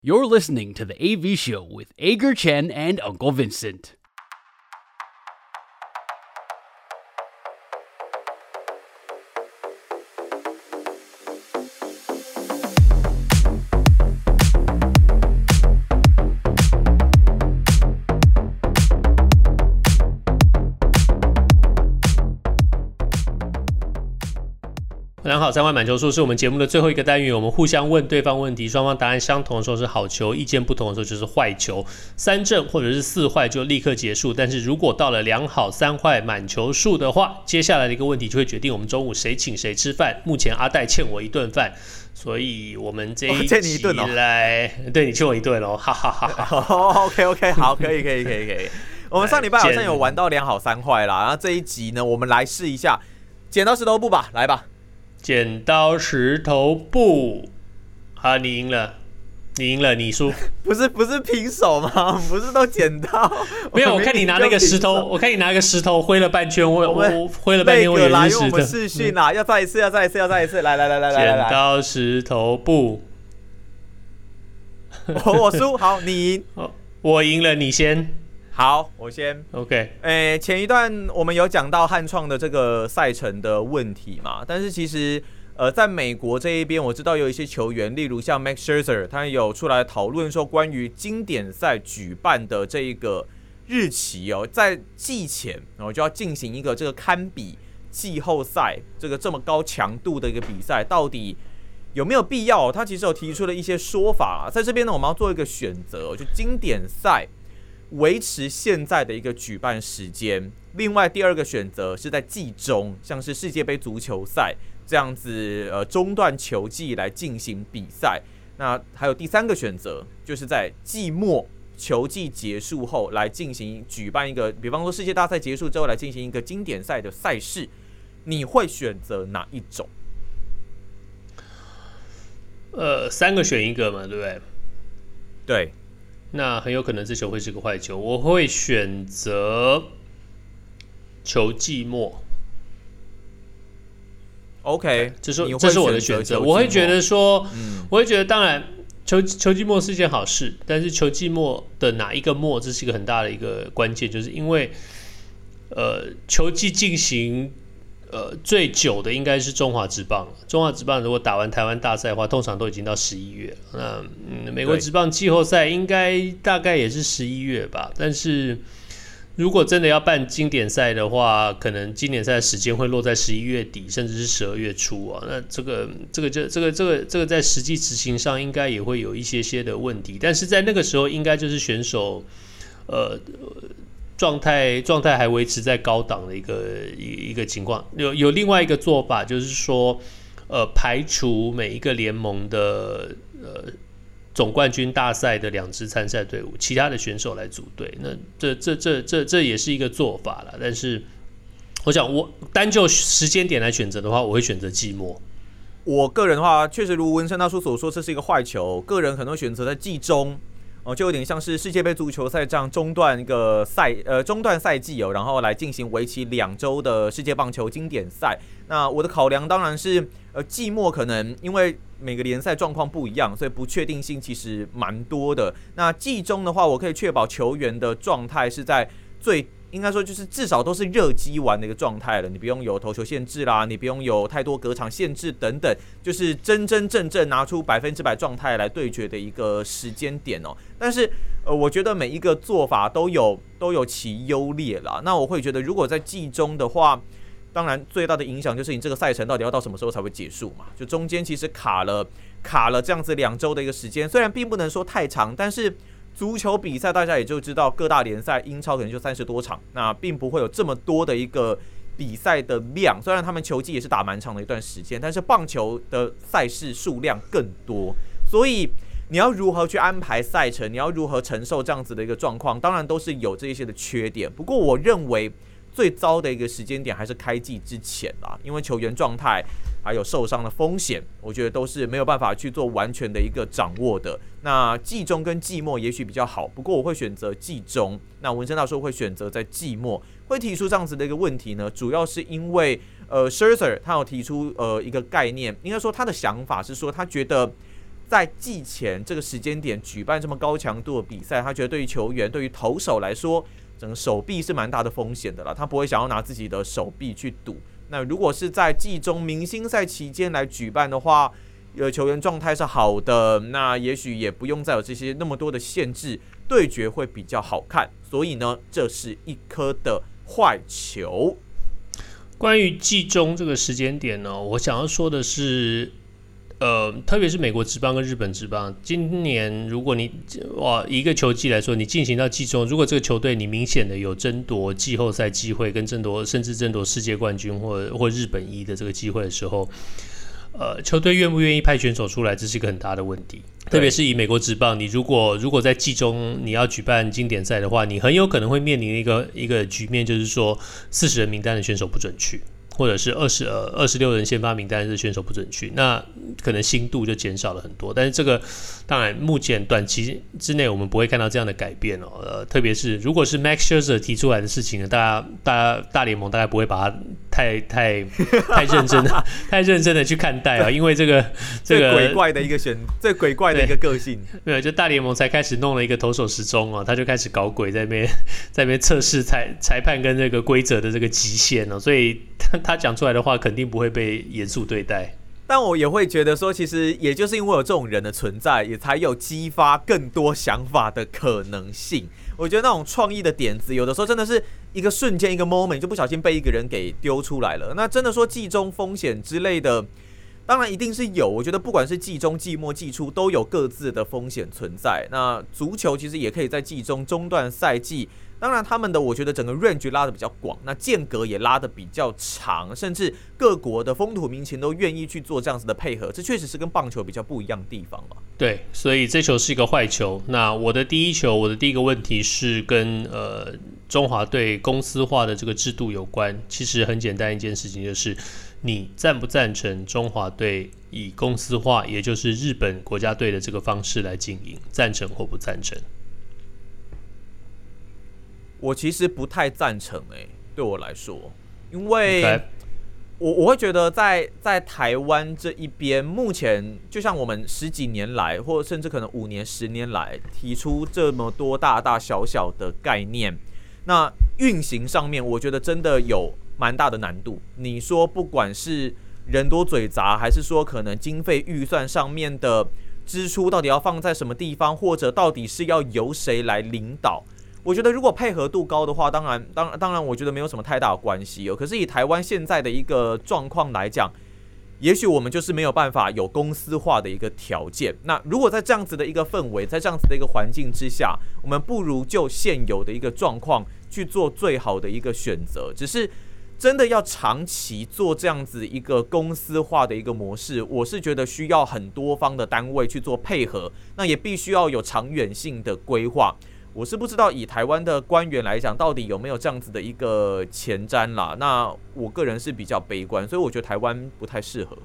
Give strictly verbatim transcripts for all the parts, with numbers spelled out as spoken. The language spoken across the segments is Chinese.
You're listening to the A V Show with Ager Chen and Uncle Vincent. 大家好，三坏满球数是我们节目的最后一个单元，我们互相问对方问题，双方答案相同的时候是好球，意见不同的时候就是坏球，三正或者是四坏就立刻结束。但是如果到了两好三坏满球数的话，接下来的一个问题就会决定我们中午谁请谁吃饭。目前阿戴欠我一顿饭，所以我们这一集来，哦、你对你欠我一顿哦，哈哈哈哈。 OK OK， 好，可以可以可以可以。我们上礼拜好像有玩到两好三坏啦，然后这一集呢，我们来试一下剪刀石头布吧，来吧。 剪刀石头布，好，你赢了，你赢了，你输。 不是不是平手吗？不是都剪刀？ 没有，我看你拿那个石头，我看你拿个石头挥了半圈，我我挥了半天，我以为是石头。 我们视讯啦，要再一次，要再一次，要再一次，来来来来来来。 剪刀石头布， 我我输，好，你赢， 我赢了，你先。 好，我先 OK。 诶，前一段我们有讲到汉创的这个赛程的问题嘛，但是其实呃，在美国这一边，我知道有一些球员，例如像 Max Scherzer， 他有出来讨论说，关于经典赛举办的这一个日期哦，在季前然后就要进行一个这个堪比季后赛这个这么高强度的一个比赛，到底有没有必要？他其实有提出了一些说法，在这边呢，我们要做一个选择，就经典赛维持现在的一个举办时间，另外第二个选择是在季中，像是世界杯足球赛这样子，呃，中断球季来进行比赛。那还有第三个选择，就是在季末球季结束后来进行举办一个，比方说世界大赛结束之后来进行一个经典赛的赛事。你会选择哪一种？ 呃，三个选一个嘛，对不对？ 对。 那很有可能这球会是个坏球，我会选择球季末。 OK， 这是这是我的选择。我会觉得说，嗯、我会觉得当然球球季末是一件好事，但是球季末的哪一个末，这是一个很大的一个关键，就是因为呃球季进行。呃，最久的应该是中华职棒。中华职棒如果打完台湾大赛的话，通常都已经到十一月了。那、嗯、美国职棒季后赛应该大概也是十一月吧。但是如果真的要办经典赛的话，可能经典赛的时间会落在十一月底，甚至是十二月初啊。那这个这个这这个这个这个在实际执行上应该也会有一些些的问题。但是在那个时候，应该就是选手呃。状态状态还维持在高档的一个一个情况，有有另外一个做法，就是说，呃，排除每一个联盟的呃总冠军大赛的两支参赛队伍，其他的选手来组队。那这这这这这也是一个做法了。但是，我想我单就时间点来选择的话，我会选择季末。 我个人的话，确实如文生大叔所说，这是一个坏球。个人可能会选择在季中。哦，就有点像是世界杯足球赛这样中断一个赛呃中断赛季哦，然后来进行为期两周的世界棒球经典赛。那我的考量当然是呃季末可能因为每个联赛状况不一样，所以不确定性其实蛮多的。那季中的话，我可以确保球员的状态是在最应该说就是至少都是热机完的一个状态了，你不用有投球限制啦，你不用有太多隔场限制等等，就是真真正正拿出百分之百状态来对决的一个时间点哦。但是呃，我觉得每一个做法都有都有其优劣啦。那我会觉得，如果在季中的话，当然最大的影响就是你这个赛程到底要到什么时候才会结束嘛？就中间其实卡了卡了这样子两周的一个时间，虽然并不能说太长，但是足球比赛大家也就知道，各大联赛英超可能就三十多场，那并不会有这么多的一个比赛的量。虽然他们球季也是打蛮长的一段时间，但是棒球的赛事数量更多，所以你要如何去安排赛程，你要如何承受这样子的一个状况，当然都是有这一些的缺点。不过我认为最糟的一个时间点还是开季之前啦，因为球员状态还有受伤的风险，我觉得都是没有办法去做完全的一个掌握的。那季中跟季末也许比较好，不过我会选择季中。那文生大叔会选择在季末。会提出这样子的一个问题呢，主要是因为呃 Scherzer 他有提出呃一个概念，应该说他的想法是说，他觉得在季前这个时间点举办这么高强度的比赛，他觉得对于球员、对于投手来说，整个手臂是蛮大的风险的啦，他不会想要拿自己的手臂去赌。那如果是在季中明星赛期间来举办的话，呃，球员状态是好的，那也许也不用再有这些那么多的限制，对决会比较好看。所以呢，这是一颗的坏球。 关于季中这个时间点呢，我想要说的是，呃，特别是美国职棒跟日本职棒，今年如果你哇一个球季来说，你进行到季中，如果这个球队你明显的有争夺季后赛机会，跟争夺甚至争夺世界冠军或或日本一的这个机会的时候，呃，球队愿不愿意派选手出来，这是一个很大的问题。特别是以美国职棒，你如果如果在季中你要举办经典赛的话，你很有可能会面临一个一个局面，就是说四十人名单的选手不准去。或者是二十呃二十六人先发名单是选手不准去，那可能新度就减少了很多。但是这个当然目前短期之内我们不会看到这样的改变哦。呃，特别是如果是 Max Scherzer 提出来的事情呢，大家大家大联盟大概不会把它太太太认真的太认真的去看待啊，因为这个这个最鬼怪的一个选最鬼怪的一个个性， 没有就大联盟才开始弄了一个投手时钟哦，他就开始搞鬼在那边在那边测试裁裁判跟这个规则的这个极限哦，所以他。他讲出来的话肯定不会被严肃对待， 但我也会觉得说，其实也就是因为有这种人的存在，也才有激发更多想法的可能性。我觉得那种创意的点子，有的时候真的是一个瞬间一个 moment 就不小心被一个人给丢出来了。那真的说季中风险之类的，当然一定是有。我觉得不管是季中、季末、季初，都有各自的风险存在。那足球其实也可以在季中中断赛季。当然，他们的我觉得整个 range 拉得比较广，那间隔也拉得比较长，甚至各国的风土民情都愿意去做这样子的配合，这确实是跟棒球比较不一样的地方吧。 对，所以这球是一个坏球。那我的第一球，我的第一个问题是跟呃中华队公司化的这个制度有关。其实很简单一件事情，就是你赞不赞成中华队以公司化，也就是日本国家队的这个方式来经营？赞成或不赞成？ 我其实不太赞成诶、欸，对我来说，因为我我会觉得在在台湾这一边，目前就像我们十几年来，或甚至可能五年、十年来提出这么多大大小小的概念，那运行上面，我觉得真的有蛮大的难度。你说不管是人多嘴杂，还是说可能经费预算上面的支出到底要放在什么地方，或者到底是要由谁来领导？我觉得如果配合度高的话，当然，当然，当然，我觉得没有什么太大的关系哦。可是以台湾现在的一个状况来讲，也许我们就是没有办法有公司化的一个条件。那如果在这样子的一个氛围，在这样子的一个环境之下，我们不如就现有的一个状况去做最好的一个选择。只是真的要长期做这样子一个公司化的一个模式，我是觉得需要很多方的单位去做配合，那也必须要有长远性的规划。我是不知道以台湾的官员来讲，到底有没有这样子的一个前瞻啦？那我个人是比较悲观，所以我觉得台湾不太适合。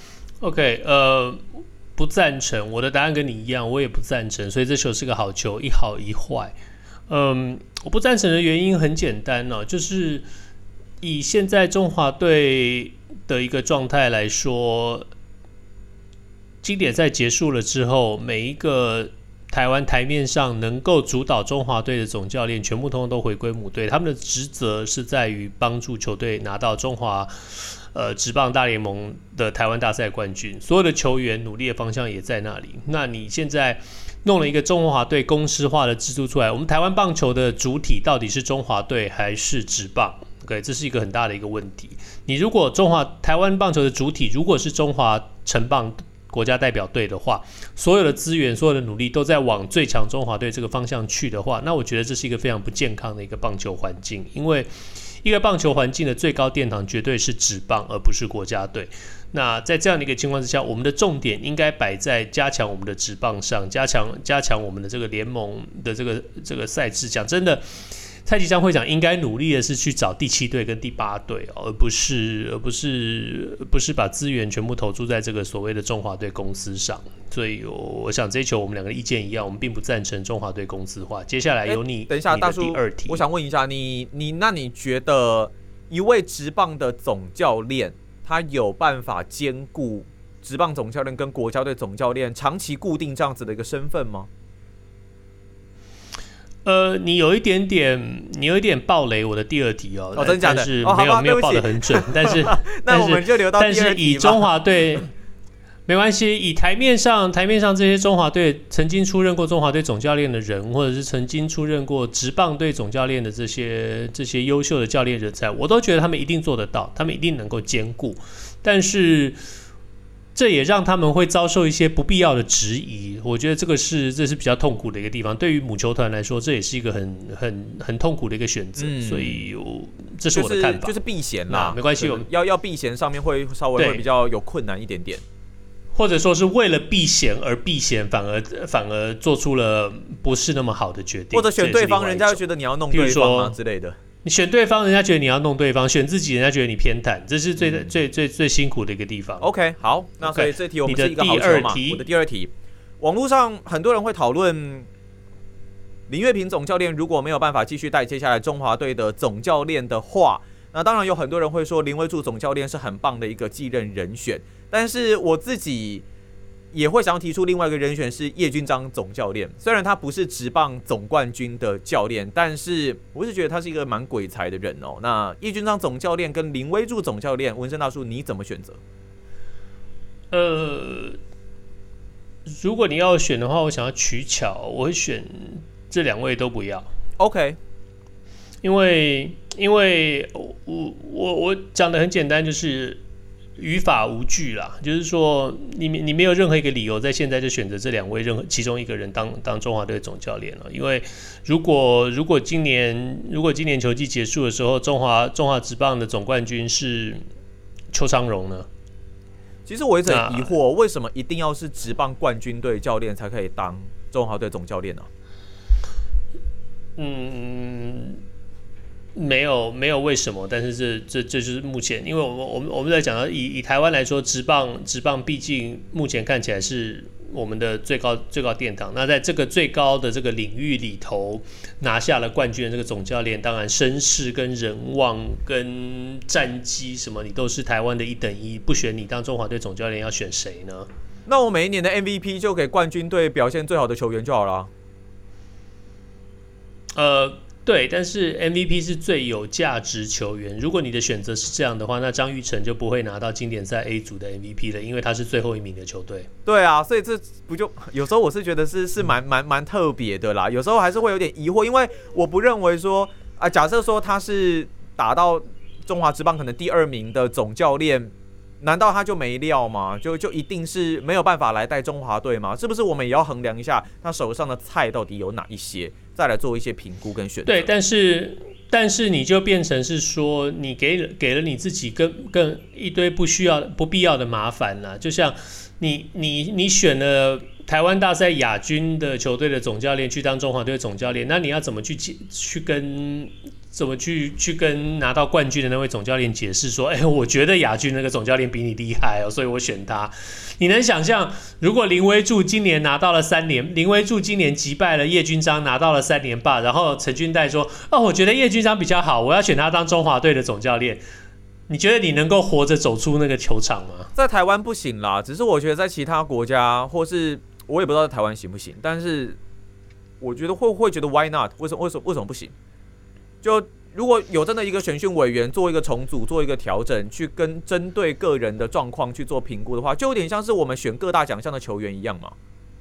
OK， 呃，不赞成。我的答案跟你一样，我也不赞成。所以这球是个好球，一好一坏。嗯，我不赞成的原因很简单哦，就是以现在中华队的一个状态来说，经典赛结束了之后，每一个台湾台面上能够主导中华队的总教练全部通通都回归母队，他们的职责是在于帮助球队拿到中华呃职棒大联盟的台湾大赛冠军，所有的球员努力的方向也在那里。那你现在弄了一个中华队公式化的制度出来，我们台湾棒球的主体到底是中华队还是职棒？ OK， 这是一个很大的一个问题。你如果中华台湾棒球的主体如果是中华城棒国家代表队的话，所有的资源、所有的努力都在往最强中华队这个方向去的话，那我觉得这是一个非常不健康的一个棒球环境。因为一个棒球环境的最高殿堂绝对是职棒，而不是国家队。那在这样的一个情况之下，我们的重点应该摆在加强我们的职棒上，加强加强我们的这个联盟的这个这个赛制。讲真的，蔡其昌会长应该努力的是去找第七队跟第八队，而不是而不是不是把资源全部投注在这个所谓的中华队公司上。所以我想这一球我们两个意见一样，我们并不赞成中华队公司化。接下来由你， 欸、等一下，大叔， 第二题， 我想问一下你，你那你觉得一位职棒的总教练，他有办法兼顾职棒总教练跟国家队总教练长期固定这样子的一个身份吗？ 呃，你有一点点，你有一点爆雷我的第二题哦， 哦，真假的？ 但是没有、哦、没有爆得很准，但是那我们就留到第二题吧。 但是以中华队没关系，以台面上台面上这些中华队曾经出任过中华队总教练的人，或者是曾经出任过职棒队总教练的这些这些优秀的教练人才，我都觉得他们一定做得到，他们一定能够兼顾，但是。这也让他们会遭受一些不必要的质疑，我觉得这个是这是比较痛苦的一个地方。对于母球团来说，这也是一个很很很痛苦的一个选择，嗯、所以我这是我的看法， 就是、就是避嫌啦， 没关系， 要要避嫌上面会稍微会比较有困难一点点， 或者说是为了避嫌而避嫌，反而反而做出了不是那么好的决定， 或者选对方，人家会觉得你要弄对方啊之类的。 你选对方，人家觉得你要弄对方；选自己，人家觉得你偏袒，这是最、嗯、最最最辛苦的一个地方。 OK， 好，那所以这题我们是一个好球嘛。我的第二题，网络上很多人会讨论林岳平总教练如果没有办法继续带接下来中华队的总教练的话，那当然有很多人会说林威助总教练是很棒的一个继任人选，但是我自己。也会想要提出另外一个人选是叶君璋总教练，虽然他不是职棒总冠军的教练，但是我是觉得他是一个蛮鬼才的人哦。那叶君璋总教练跟林威助总教练，文生大叔你怎么选择？ 呃，如果你要选的话，我想要取巧，我会选这两位都不要。 OK， 因为因为我我我讲的很简单，就是。于法无据啦，就是说你你没有任何一个理由在现在就选择这两位任何其中一个人当当中华队总教练了，因为如果如果今年如果今年球季结束的时候，中华中华职棒的总冠军是邱昌荣呢？ 其实我一直很疑惑，为什么一定要是职棒冠军队教练才可以当中华队总教练呢？ 嗯。没有没有为什么，但是这这这就是目前，因为我们我们我们在讲到以以台湾来说，职棒职棒毕竟目前看起来是我们的最高最高殿堂。那在这个最高的这个领域里头，拿下了冠军的这个总教练，当然声势跟人望跟战绩什么，你都是台湾的一等一。不选你当中华队总教练，要选谁呢？ 那我每一年的 M V P 就给冠军队表现最好的球员就好了。 呃。对，但是 M V P 是最有价值球员。如果你的选择是这样的话，那张育成就不会拿到经典赛 A 组的 M V P 了，因为他是最后一名的球队。 对啊，所以这不就有时候我是觉得是是蛮蛮蛮特别的啦。有时候还是会有点疑惑，因为我不认为说啊，假设说他是打到中华职棒可能第二名的总教练，难道他就没料吗？就就一定是没有办法来带中华队吗？是不是我们也要衡量一下他手上的菜到底有哪一些？再来做一些评估跟选择。 对，但是但是你就变成是说，你给了给了你自己更更一堆不需要不必要的麻烦啦。就像你你你选了台湾大赛亚军的球队的总教练去当中华队总教练，那你要怎么去去跟怎么去去跟拿到冠军的那位总教练解释说，哎，我觉得亚军那个总教练比你厉害哦，所以我选他。你能想象，如果林威助今年拿到了三连，林威助今年击败了叶君璋，拿到了三连霸，然后陈君代说，哦，我觉得叶君璋比较好，我要选他当中华队的总教练。你觉得你能够活着走出那个球场吗？ 在台湾不行啦，只是我觉得在其他国家，或是我也不知道在台湾行不行，但是我觉得会会觉得 why not？ 为什么为什么为什么不行？就如果有真的一个选训委员做一个重组，做一个调整，去跟针对个人的状况去做评估的话，就有点像是我们选各大奖项的球员一样嘛。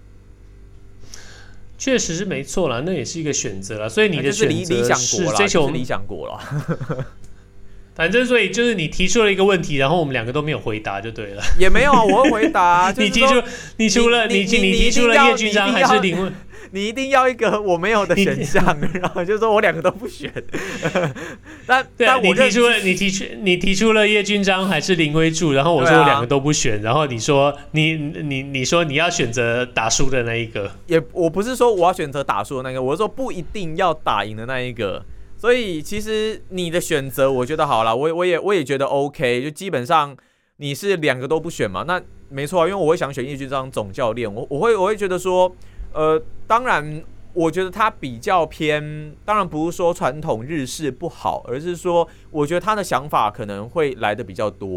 确实是没错啦，那也是一个选择啦。所以你的选择是追求理想国啦。 反正所以就是你提出了一个问题，然后我们两个都没有回答就对了。 也没有啊，我会回答、啊。 你提出，你除了你你你提出了叶君璋还是林文？ 你一定要一个我没有的选项，然后就说我两个都不选。但对、啊， 但我你提出了你提出你提出了叶君璋还是林威助，然后我说我两个都不选，啊、然后你说你你你说你要选择打输的那一个。 也我不是说我要选择打输的那个，我是说不一定要打赢的那一个。所以其实你的选择，我觉得好了，我我也我也觉得 OK， 就基本上你是两个都不选嘛，那没错啊，因为我会想选叶君璋总教练，我我会我会觉得说，呃，当然我觉得他比较偏，当然不是说传统日式不好，而是说我觉得他的想法可能会来的比较多，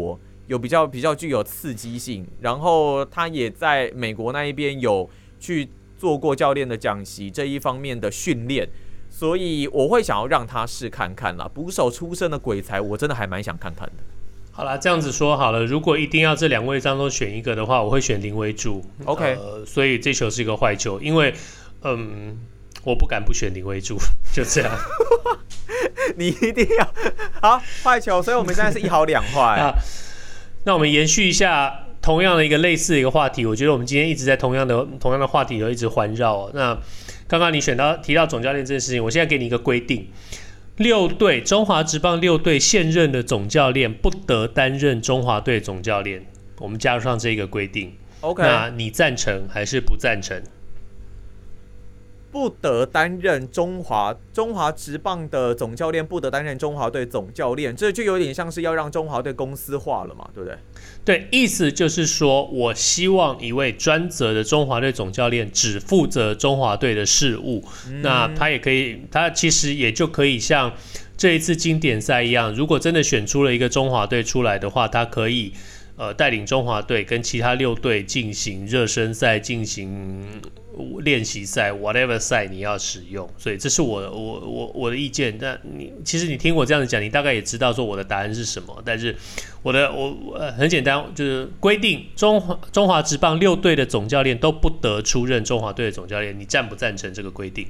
有比较比较具有刺激性，然后他也在美国那一边有去做过教练的讲习这一方面的训练，所以我会想要让他试看看啦。捕手出身的鬼才，我真的还蛮想看看的。 好啦，这样子说好了，如果一定要这两位当中选一个的话，我会选林威助。 OK， 呃，所以这球是一个坏球，因为嗯，我不敢不选林威助，就这样。 你一定要好坏球，所以我们现在是一好两坏。 啊，那我们延续一下同样的一个类似的一个话题，我觉得我们今天一直在同样的同样的话题有一直环绕、哦。那刚刚你选到提到总教练这件事情，我现在给你一个规定。六队中华职棒六队现任的总教练不得担任中华队总教练，我们加上这个规定。 OK， 那你赞成还是不赞成？ 不得担任中华中华职棒的总教练，不得担任中华队总教练，这就有点像是要让中华队公司化了嘛，对不对？ 对，意思就是说我希望一位专责的中华队总教练只负责中华队的事务、嗯、那他也可以，他其实也就可以像这一次经典赛一样，如果真的选出了一个中华队出来的话，他可以呃带领中华队跟其他六队进行热身赛，进行练习赛 ，whatever 赛你要使用，所以这是我我我我的意见。但你其实你听我这样子讲，你大概也知道说我的答案是什么。但是我的我、呃、很简单，就是规定中华中华职棒六队的总教练都不得出任中华队的总教练。你赞不赞成这个规定？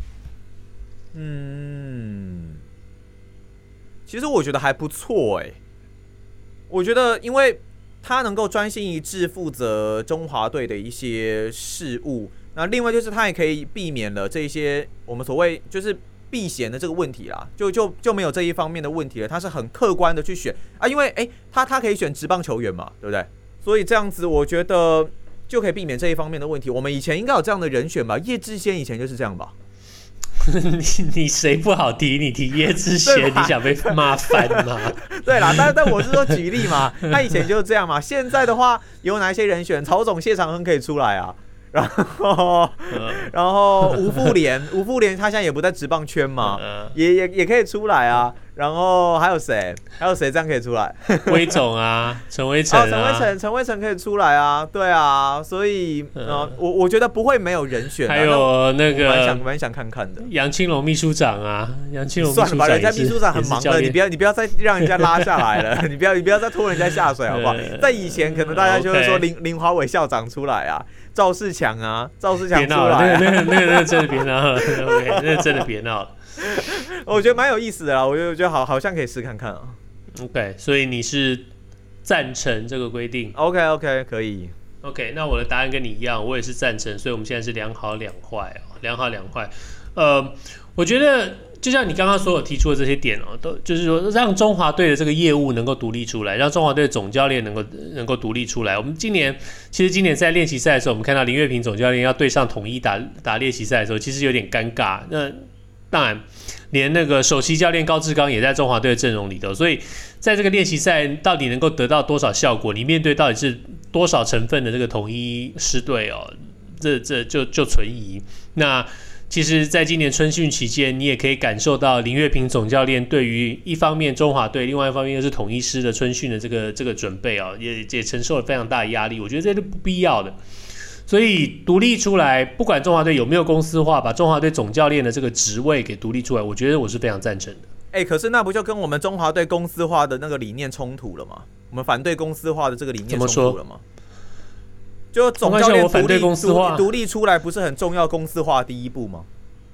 嗯，其实我觉得还不错哎、欸。我觉得因为他能够专心一致负责中华队的一些事务。那另外就是他也可以避免了这些我们所谓就是避嫌的这个问题啦，就就就没有这一方面的问题了。他是很客观的去选啊，因为哎、欸，他他可以选职棒球员嘛，对不对？所以这样子我觉得就可以避免这一方面的问题。我们以前应该有这样的人选吧？叶志先以前就是这样吧？ 你你谁不好提？你提叶志贤，你想被骂翻吗？ 对啦，但但我是说举例嘛，他以前就是这样嘛。现在的话有哪一些人选？曹总谢长亨可以出来啊。然后，然后吴富连，吴富连他现在也不在职棒圈嘛，也也也可以出来啊。然后还有谁？还有谁这样可以出来？ 威总啊，陈威成啊， 陈威成，陈威成可以出来啊。对啊，所以呃，我我觉得不会没有人选、啊。 还有那个， 蛮想蛮想看看的。 杨青龙秘书长啊，杨青龙秘书长算了吧，人家秘书长很忙的，你不要你不要再让人家拉下来了，你不要你不要再拖人家下水好不好？在以前可能大家就会说林林华伟校长出来啊。赵世强啊，赵世强出来、啊， 那个那个那个那个真的别闹了，OK， 那个真的别闹了。 我觉得蛮有意思的啦，我觉得好好像可以试看看啊。 OK， 所以你是赞成这个规定 ？OK OK， 可以。 OK， 那我的答案跟你一样，我也是赞成，所以我们现在是两好两坏哦，两好两坏。呃，我觉得。就像你刚刚所有提出的这些点哦，都就是说让中华队的这个业务能够独立出来，让中华队的总教练能够能够独立出来。我们今年其实今年在练习赛的时候，我们看到林岳平总教练要对上统一打打练习赛的时候，其实有点尴尬。那当然，连那个首席教练高志刚也在中华队的阵容里头，所以在这个练习赛到底能够得到多少效果，你面对到底是多少成分的这个统一狮队哦，这这就就存疑。那其实在今年春训期间，你也可以感受到林岳平总教练对于一方面中华队，另外一方面又是统一狮的春训的这个这个准备啊、哦，也也承受了非常大的压力。我觉得这是不必要的。所以独立出来，不管中华队有没有公司化，把中华队总教练的这个职位给独立出来，我觉得我是非常赞成的。 哎、欸，可是那不就跟我们中华队公司化的那个理念冲突了吗？我们反对公司化的这个理念冲突了吗？就总教练独立独立出来不是很重要？公司化第一步吗？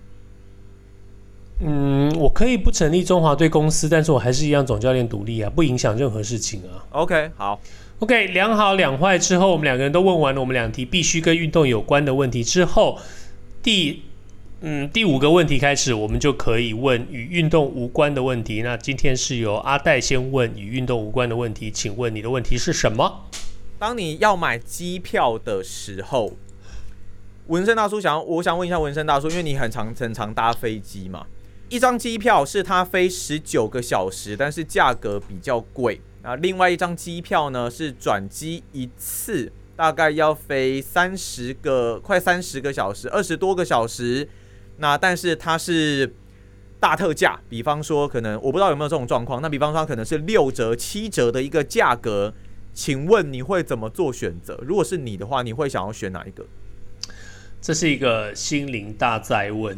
嗯，我可以不成立中华队公司，但是我还是一样总教练独立啊，不影响任何事情啊。 OK， 好 ，OK， 两好两坏之后，我们两个人都问完了我们两题必须跟运动有关的问题之后，第嗯第五个问题开始，我们就可以问与运动无关的问题。那今天是由阿戴先问与运动无关的问题，请问你的问题是什么？ 当你要买机票的时候，文生大叔想，我想问一下文生大叔，因为你很常很常搭飞机嘛，一张机票是它飞十九个小时，但是价格比较贵。那另外一张机票呢是转机一次，大概要飞三十个，快三十个小时，二十多个小时。那但是它是大特价，比方说可能我不知道有没有这种状况。那比方说它可能是六折、七折的一个价格。 请问你会怎么做选择？如果是你的话，你会想要选哪一个？ 这是一个心灵大哉问。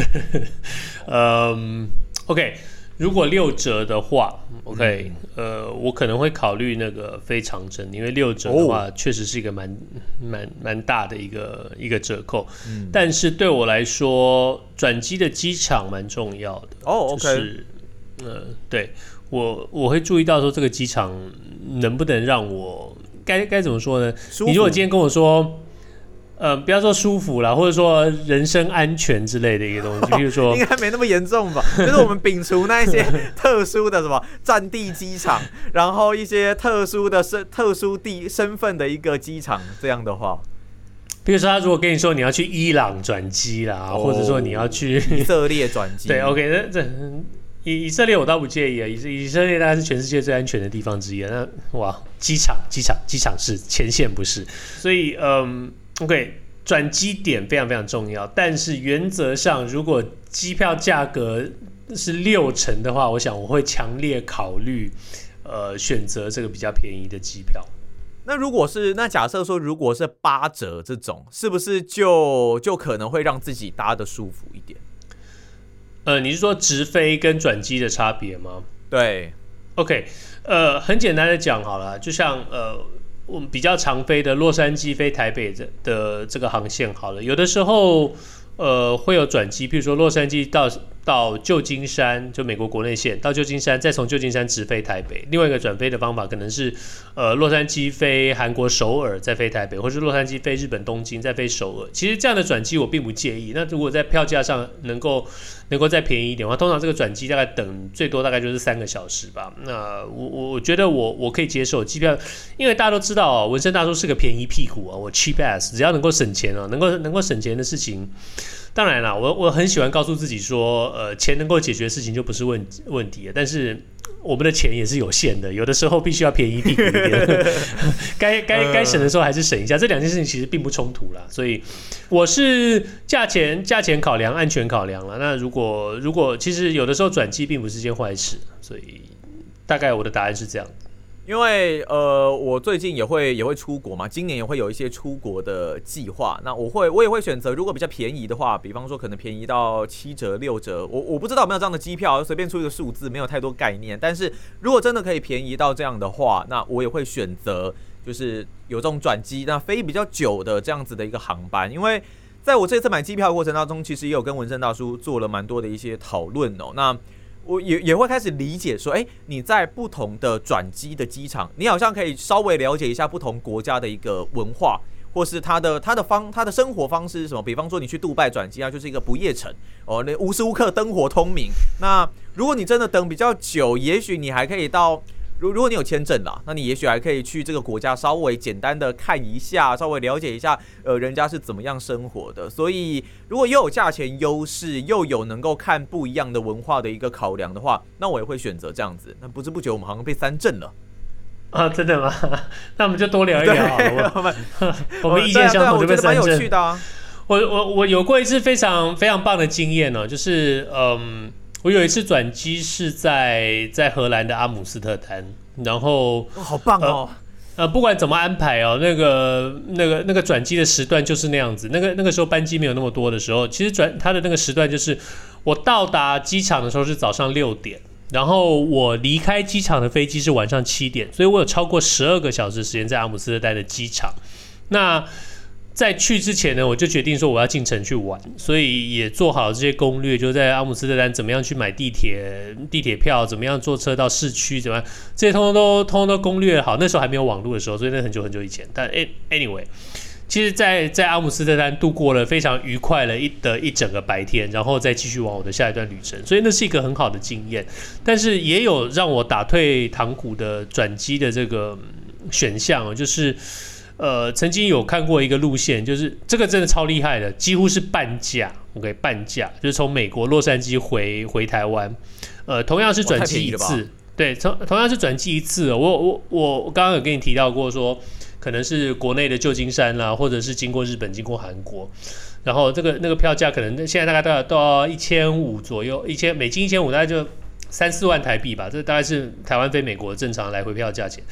嗯 ，OK， 如果六折的话 ，OK，、嗯、呃，我可能会考虑那个非长程，因为六折的话确实是一个蛮蛮蛮大的一个一个折扣。嗯，但是对我来说，转机的机场蛮重要的。 哦 ，OK， 就是、 呃，对我我会注意到说这个机场能不能让我该该怎么说呢？你如果今天跟我说。呃，不要说舒服啦，或者说人身安全之类的一个东西，比如说应该没那么严重吧？就是我们摒除那一些特殊的什么战地机场，然后一些特殊的身特殊地身份的一个机场，这样的话， 比如说他如果跟你说你要去伊朗转机啦，哦、或者说你要去以色列转机， 对 ，OK， 那这以以色列我倒不介意啊，以以色列大概是全世界最安全的地方之一啊。那哇，机场机场机场是前线不是，所以嗯。OK， 转机点非常非常重要，但是原则上，如果机票价格是六成的话，我想我会强烈考虑，呃，选择这个比较便宜的机票。 那如果是那假设说，如果是八折这种，是不是就就可能会让自己搭得舒服一点？ 呃，你是说直飞跟转机的差别吗？ 对 ，OK， 呃，很简单的讲好了，就像呃。我们比较常飞的洛杉矶飞台北 的, 的这个航线好了，有的时候呃会有转机，譬如说洛杉矶到到旧金山，就美国国内线到旧金山，再从旧金山直飞台北。另外一个转飞的方法可能是呃洛杉矶飞韩国首尔再飞台北，或是洛杉矶飞日本东京再飞首尔。其实这样的转机我并不介意。那如果在票价上能够能够再便宜一点的话，通常这个转机大概等最多大概就是三个小时吧。那我我我觉得我我可以接受机票，因为大家都知道哦，文森大叔是个便宜屁股啊，我 cheap ass， 只要能够省钱啊，能够能够省钱的事情。当然啦，我我很喜欢告诉自己说，呃，钱能够解决的事情就不是问问题了。但是我们的钱也是有限的，有的时候必须要便宜屁股一点，该该该省的时候还是省一下。这两件事情其实并不冲突啦，所以我是价钱价钱考量，安全考量啦。那如果如果其实有的时候转机并不是件坏事，所以大概我的答案是这样。 因为呃，我最近也会也会出国嘛，今年也会有一些出国的计划。那我会我也会选择，如果比较便宜的话，比方说可能便宜到七折六折，我我不知道有没有这样的机票，随便出一个数字，没有太多概念。但是如果真的可以便宜到这样的话，那我也会选择就是有这种转机，那飞比较久的这样子的一个航班，因为在我这次买机票的过程当中，其实也有跟文森大叔做了蛮多的一些讨论哦。那我 也, 也会开始理解说，哎，你在不同的转机的机场，你好像可以稍微了解一下不同国家的一个文化，或是它的它的方它的生活方式是什么。比方说你去杜拜转机啊，就是一个不夜城哦，那无时无刻灯火通明。那如果你真的等比较久，也许你还可以到。如如果你有签证啦，那你也许还可以去这个国家稍微简单的看一下，稍微了解一下，呃，人家是怎么样生活的。所以，如果又有价钱优势，又有能够看不一样的文化的一个考量的话，那我也会选择这样子。那不知不觉我们好像被三振了啊，真的吗？那我们就多聊一聊好了。我们我们意见相同就被三振。 我觉得蛮有趣的啊。 我我我有过一次非常非常棒的经验哦，就是嗯。我有一次转机是在在荷兰的阿姆斯特丹，然后、 哦、好棒哦、 呃！呃，不管怎么安排哦，那个那个那个转机的时段就是那样子。那个那个时候班机没有那么多的时候，其实转它的那个时段就是我到达机场的时候是早上六点，然后我离开机场的飞机是晚上七点，所以我有超过十二个小时时间在阿姆斯特丹的机场。那在去之前呢，我就决定说我要进城去玩，所以也做好这些攻略，就在阿姆斯特丹怎么样去买地铁、地铁票，怎么样坐车到市区，怎么样，这些通通都通通都攻略好。那时候还没有网络的时候，所以那很久很久以前。但 anyway， 其实在，在阿姆斯特丹度过了非常愉快的一的一整个白天，然后再继续往我的下一段旅程，所以那是一个很好的经验。但是也有让我打退堂鼓的转机的这个选项，就是。呃，曾经有看过一个路线，就是这个真的超厉害的，几乎是半价 ，OK， 半价，就是从美国洛杉矶回回台湾，呃，同样是转机一次，对，同同样是转机一次，我我我我刚刚有跟你提到过说，可能是国内的旧金山啦，或者是经过日本、经过韩国，然后这个那个票价可能现在大概都要都要一千五左右，一千美金一千五，大概就三四万台币吧，这大概是台湾飞美国的正常来回票价钱。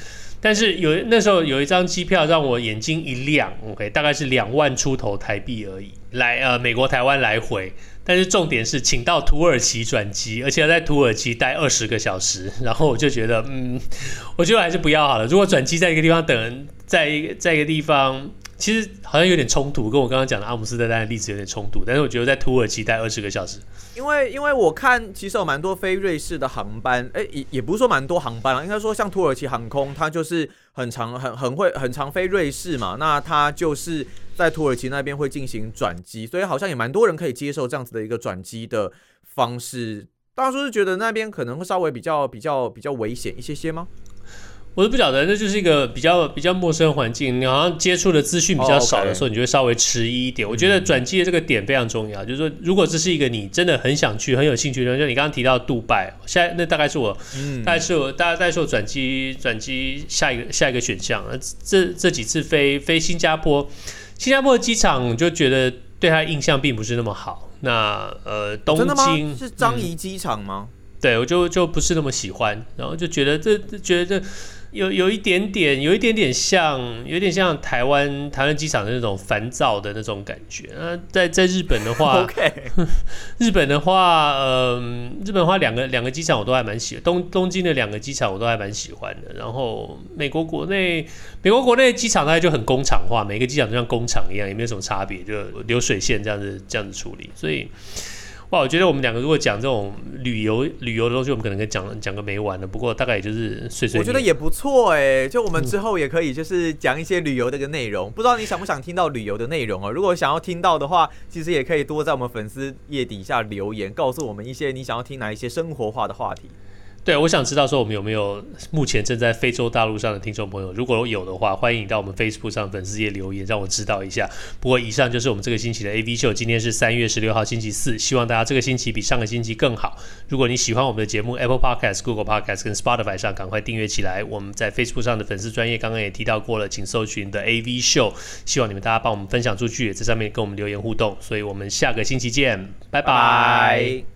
但是有那时候有一张机票让我眼睛一亮 ，OK， 大概是两万出头台币而已，来呃美国台湾来回。但是重点是请到土耳其转机，而且要在土耳其待二十个小时，然后我就觉得，嗯，我觉得还是不要好了。如果转机在一个地方等人，在一个在一个地方，其实好像有点冲突，跟我刚刚讲的阿姆斯特丹的例子有点冲突。但是我觉得在土耳其待二十个小时， 因为因为我看其实有蛮多飞瑞士的航班，哎、欸，也也不是说蛮多航班啦，应该说像土耳其航空，它就是很常很很会很常飞瑞士嘛，那它就是在土耳其那边会进行转机，所以好像也蛮多人可以接受这样子的一个转机的方式。大叔是觉得那边可能会稍微比较比较比较危险一些些吗？ 我是不晓得，那就是一个比较比较陌生的环境，你好像接触的资讯比较少的时候， oh, okay. 你就会稍微迟疑一点。我觉得转机的这个点非常重要，嗯、就是说，如果这是一个你真的很想去、很有兴趣的，就你刚刚提到杜拜，现在那大概是我，嗯、大概是我，大概是我转机转机下一个下一个选项。这这几次飞飞新加坡，新加坡的机场就觉得对他印象并不是那么好。那呃，东京、哦、真的吗？ 是樟宜机场吗？ 嗯、对，我就就不是那么喜欢，然后就觉得这觉得这。有有一点点，有一点点像，有点像台湾台湾机场的那种烦躁的那种感觉。那在在日本的话 ，OK， 日本的话，呃，日本的话两个两个机场我都还蛮喜欢，东东京的两个机场我都还蛮喜欢的。然后美国国内，美国国内的机场大概就很工厂化，每个机场就像工厂一样，也没有什么差别，就流水线这样子这样子处理，所以。哇，我觉得我们两个如果讲这种旅游旅游的东西，我们可能可以讲讲个没完的。不过大概也就是碎碎念。 我觉得也不错哎、欸，就我们之后也可以就是讲一些旅游的一个内容。不知道你想不想听到旅游的内容哦？如果想要听到的话，其实也可以多在我们粉丝页底下留言，告诉我们一些你想要听哪一些生活化的话题。 对，我想知道说我们有没有目前正在非洲大陆上的听众朋友，如果有的话，欢迎你到我们 Facebook 上粉丝页留言，让我知道一下。不过以上就是我们这个星期的 A V 秀，今天是三月十六号星期四，希望大家这个星期比上个星期更好。如果你喜欢我们的节目 ，Apple Podcast、Google Podcast 跟 Spotify 上赶快订阅起来。我们在 Facebook 上的粉丝专页刚刚也提到过了，请搜寻的 A V 秀，希望你们大家帮我们分享出去，也在上面跟我们留言互动。所以我们下个星期见，拜拜。拜拜。